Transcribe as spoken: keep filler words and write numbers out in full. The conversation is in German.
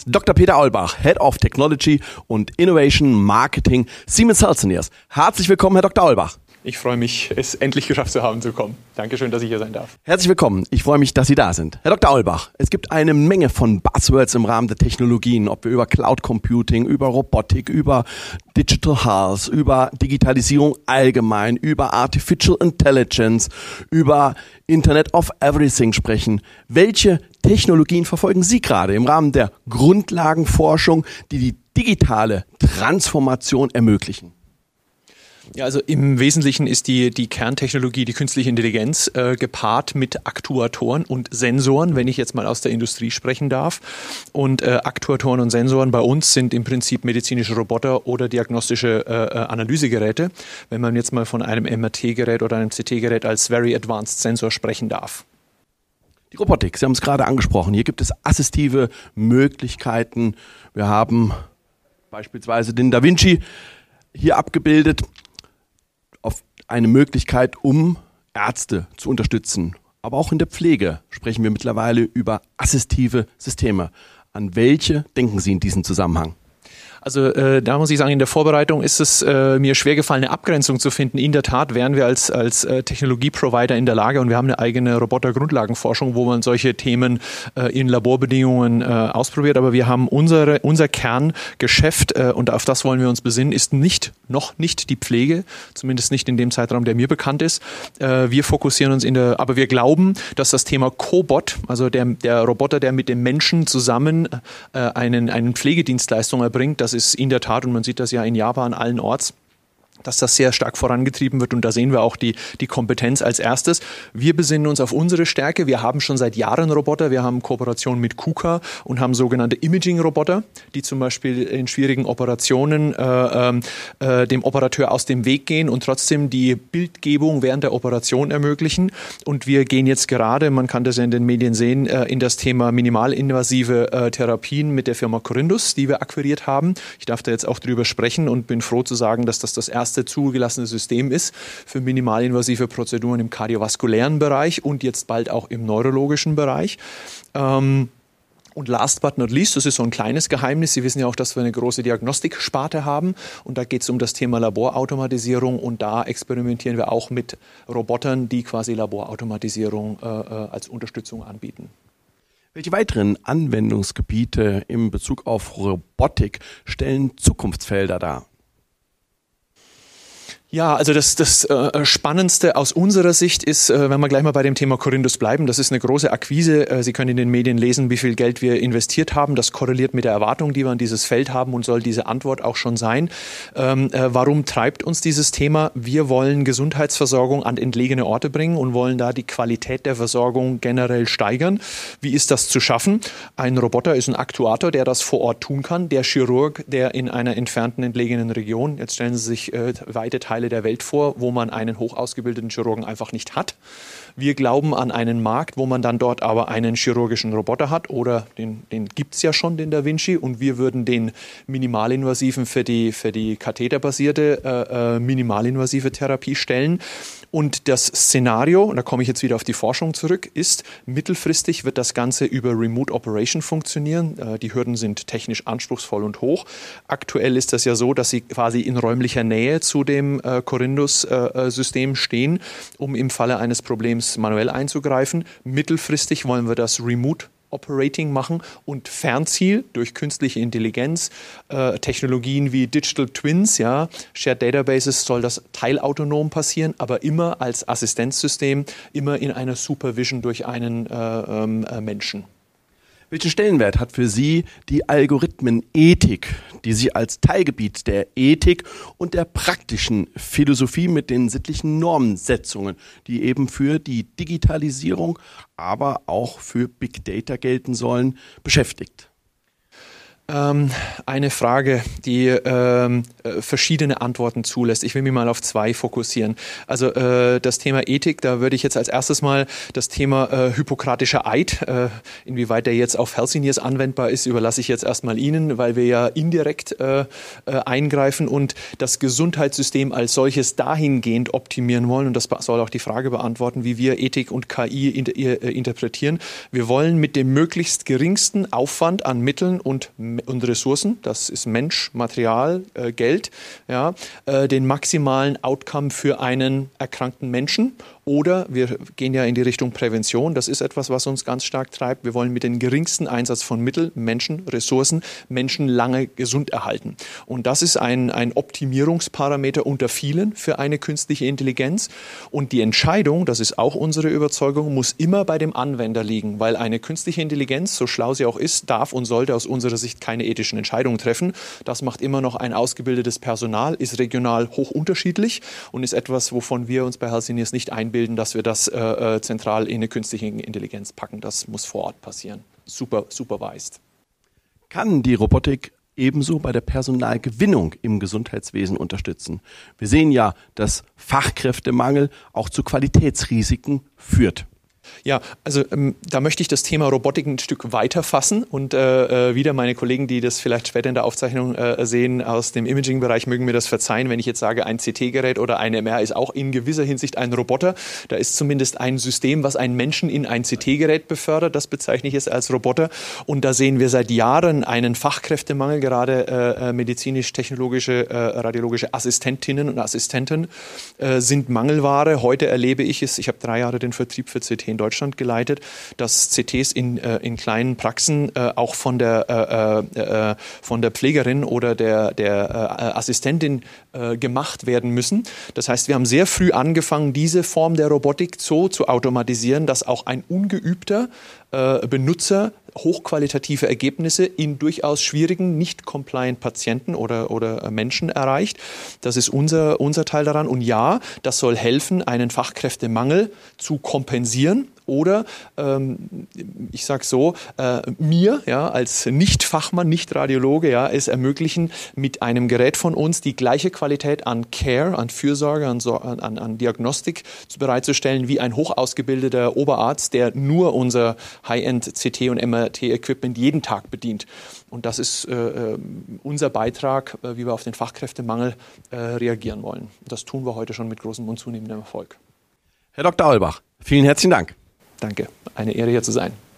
Doktor Peter Aulbach, Head of Technology und Innovation Marketing, Siemens Healthineers. Herzlich willkommen, Herr Doktor Aulbach. Ich freue mich, es endlich geschafft zu haben zu kommen. Dankeschön, dass ich hier sein darf. Herzlich willkommen. Ich freue mich, dass Sie da sind. Herr Doktor Aulbach, es gibt eine Menge von Buzzwords im Rahmen der Technologien, ob wir über Cloud Computing, über Robotik, über Digital Health, über Digitalisierung allgemein, über Artificial Intelligence, über Internet of Everything sprechen. Welche Technologien verfolgen Sie gerade im Rahmen der Grundlagenforschung, die die digitale Transformation ermöglichen? Ja, also im Wesentlichen ist die, die Kerntechnologie, die künstliche Intelligenz, äh, gepaart mit Aktuatoren und Sensoren, wenn ich jetzt mal aus der Industrie sprechen darf. Und äh, Aktuatoren und Sensoren bei uns sind im Prinzip medizinische Roboter oder diagnostische äh, Analysegeräte, wenn man jetzt mal von einem M R T-Gerät oder einem C T-Gerät als Very Advanced Sensor sprechen darf. Die Robotik, Sie haben es gerade angesprochen. Hier gibt es assistive Möglichkeiten. Wir haben beispielsweise den Da Vinci hier abgebildet. Auf eine Möglichkeit, um Ärzte zu unterstützen. Aber auch in der Pflege sprechen wir mittlerweile über assistive Systeme. An welche denken Sie in diesem Zusammenhang? Also äh, da muss ich sagen, in der Vorbereitung ist es äh, mir schwer gefallen, eine Abgrenzung zu finden. In der Tat wären wir als, als äh, Technologieprovider in der Lage und wir haben eine eigene Robotergrundlagenforschung, wo man solche Themen äh, in Laborbedingungen äh, ausprobiert. Aber wir haben unsere, unser Kerngeschäft äh, und auf das wollen wir uns besinnen, ist nicht, noch nicht die Pflege, zumindest nicht in dem Zeitraum, der mir bekannt ist. Äh, wir fokussieren uns in der, aber wir glauben, dass das Thema Cobot, also der, der Roboter, der mit dem Menschen zusammen äh, einen, einen Pflegedienstleistung erbringt, das ist in der Tat, und man sieht das ja in Japan allenorts, dass das sehr stark vorangetrieben wird und da sehen wir auch die, die Kompetenz als erstes. Wir besinnen uns auf unsere Stärke. Wir haben schon seit Jahren Roboter. Wir haben Kooperation mit KUKA und haben sogenannte Imaging-Roboter, die zum Beispiel in schwierigen Operationen äh, äh, dem Operateur aus dem Weg gehen und trotzdem die Bildgebung während der Operation ermöglichen. Und wir gehen jetzt gerade, man kann das ja in den Medien sehen, äh, in das Thema minimalinvasive äh, Therapien mit der Firma Corindus, die wir akquiriert haben. Ich darf da jetzt auch drüber sprechen und bin froh zu sagen, dass das das erste zugelassene System ist für minimalinvasive Prozeduren im kardiovaskulären Bereich und jetzt bald auch im neurologischen Bereich. Ähm, Und last but not least, das ist so ein kleines Geheimnis, Sie wissen ja auch, dass wir eine große Diagnostiksparte haben und da geht es um das Thema Laborautomatisierung und da experimentieren wir auch mit Robotern, die quasi Laborautomatisierung äh, als Unterstützung anbieten. Welche weiteren Anwendungsgebiete in Bezug auf Robotik stellen Zukunftsfelder dar? Ja, also das, das äh, Spannendste aus unserer Sicht ist, äh, wenn wir gleich mal bei dem Thema Corindus bleiben, das ist eine große Akquise. Äh, Sie können in den Medien lesen, wie viel Geld wir investiert haben. Das korreliert mit der Erwartung, die wir an dieses Feld haben und soll diese Antwort auch schon sein. Ähm, äh, warum treibt uns dieses Thema? Wir wollen Gesundheitsversorgung an entlegene Orte bringen und wollen da die Qualität der Versorgung generell steigern. Wie ist das zu schaffen? Ein Roboter ist ein Aktuator, der das vor Ort tun kann. Der Chirurg, der in einer entfernten, entlegenen Region, jetzt stellen Sie sich äh, weite Teile der Welt vor, wo man einen hoch ausgebildeten Chirurgen einfach nicht hat. Wir glauben an einen Markt, wo man dann dort aber einen chirurgischen Roboter hat oder den, den gibt es ja schon, den Da Vinci, und wir würden den minimalinvasiven für die, für die katheterbasierte äh, minimalinvasive Therapie stellen. Und das Szenario, und da komme ich jetzt wieder auf die Forschung zurück, ist, mittelfristig wird das Ganze über Remote Operation funktionieren. Äh, die Hürden sind technisch anspruchsvoll und hoch. Aktuell ist das ja so, dass sie quasi in räumlicher Nähe zu dem äh, Corindus-System äh, stehen, um im Falle eines Problems manuell einzugreifen. Mittelfristig wollen wir das Remote Operating machen und Fernziel durch künstliche Intelligenz, äh, Technologien wie Digital Twins, ja, Shared Databases, soll das teilautonom passieren, aber immer als Assistenzsystem, immer in einer Supervision durch einen äh, äh, Menschen. Welchen Stellenwert hat für Sie die Algorithmenethik, die Sie als Teilgebiet der Ethik und der praktischen Philosophie mit den sittlichen Normsetzungen, die eben für die Digitalisierung, aber auch für Big Data gelten sollen, beschäftigt? Ähm, eine Frage, die ähm, äh, verschiedene Antworten zulässt. Ich will mich mal auf zwei fokussieren. Also äh, das Thema Ethik, da würde ich jetzt als erstes mal das Thema äh, hippokratischer Eid, äh, inwieweit der jetzt auf Healthineers anwendbar ist, überlasse ich jetzt erstmal Ihnen, weil wir ja indirekt äh, äh, eingreifen und das Gesundheitssystem als solches dahingehend optimieren wollen. Und das soll auch die Frage beantworten, wie wir Ethik und K I inter äh, interpretieren. Wir wollen mit dem möglichst geringsten Aufwand an Mitteln und und Ressourcen, das ist Mensch, Material, äh, Geld, ja, äh, den maximalen Outcome für einen erkrankten Menschen. Oder wir gehen ja in die Richtung Prävention. Das ist etwas, was uns ganz stark treibt. Wir wollen mit dem geringsten Einsatz von Mitteln, Menschen, Ressourcen, Menschen lange gesund erhalten. Und das ist ein, ein Optimierungsparameter unter vielen für eine künstliche Intelligenz. Und die Entscheidung, das ist auch unsere Überzeugung, muss immer bei dem Anwender liegen, weil eine künstliche Intelligenz, so schlau sie auch ist, darf und sollte aus unserer Sicht keine ethischen Entscheidungen treffen. Das macht immer noch ein ausgebildetes Personal, ist regional hoch unterschiedlich und ist etwas, wovon wir uns bei Healthineers nicht einbilden, dass wir das äh, zentral in eine künstliche Intelligenz packen. Das muss vor Ort passieren. Super, supervised. Kann die Robotik ebenso bei der Personalgewinnung im Gesundheitswesen unterstützen? Wir sehen ja, dass Fachkräftemangel auch zu Qualitätsrisiken führt. Ja, also ähm, da möchte ich das Thema Robotik ein Stück weiter fassen und äh, wieder meine Kollegen, die das vielleicht später in der Aufzeichnung äh, sehen, aus dem Imaging-Bereich mögen mir das verzeihen, wenn ich jetzt sage, ein C T-Gerät oder ein M R ist auch in gewisser Hinsicht ein Roboter. Da ist zumindest ein System, was einen Menschen in ein C T-Gerät befördert, das bezeichne ich jetzt als Roboter. Und da sehen wir seit Jahren einen Fachkräftemangel, gerade äh, medizinisch-technologische, äh, radiologische Assistentinnen und Assistenten äh, sind Mangelware. Heute erlebe ich es, ich habe drei Jahre den Vertrieb für C T in Deutschland geleitet, dass C Ts in, äh, in kleinen Praxen äh, auch von der, äh, äh, von der Pflegerin oder der, der äh, Assistentin äh, gemacht werden müssen. Das heißt, wir haben sehr früh angefangen, diese Form der Robotik so zu automatisieren, dass auch ein ungeübter äh, Benutzer hochqualitative Ergebnisse in durchaus schwierigen, nicht compliant Patienten oder, oder Menschen erreicht. Das ist unser, unser Teil daran. Und ja, das soll helfen, einen Fachkräftemangel zu kompensieren. Oder, ähm, ich sage so, äh, mir ja, als Nicht-Fachmann, Nicht-Radiologe ja, es ermöglichen, mit einem Gerät von uns die gleiche Qualität an Care, an Fürsorge, an, an, an Diagnostik bereitzustellen wie ein hochausgebildeter Oberarzt, der nur unser High-End-C T- und M R T-Equipment jeden Tag bedient. Und das ist äh, unser Beitrag, äh, wie wir auf den Fachkräftemangel äh, reagieren wollen. Das tun wir heute schon mit großem und zunehmendem Erfolg. Herr Doktor Aulbach, vielen herzlichen Dank. Danke, eine Ehre hier zu sein.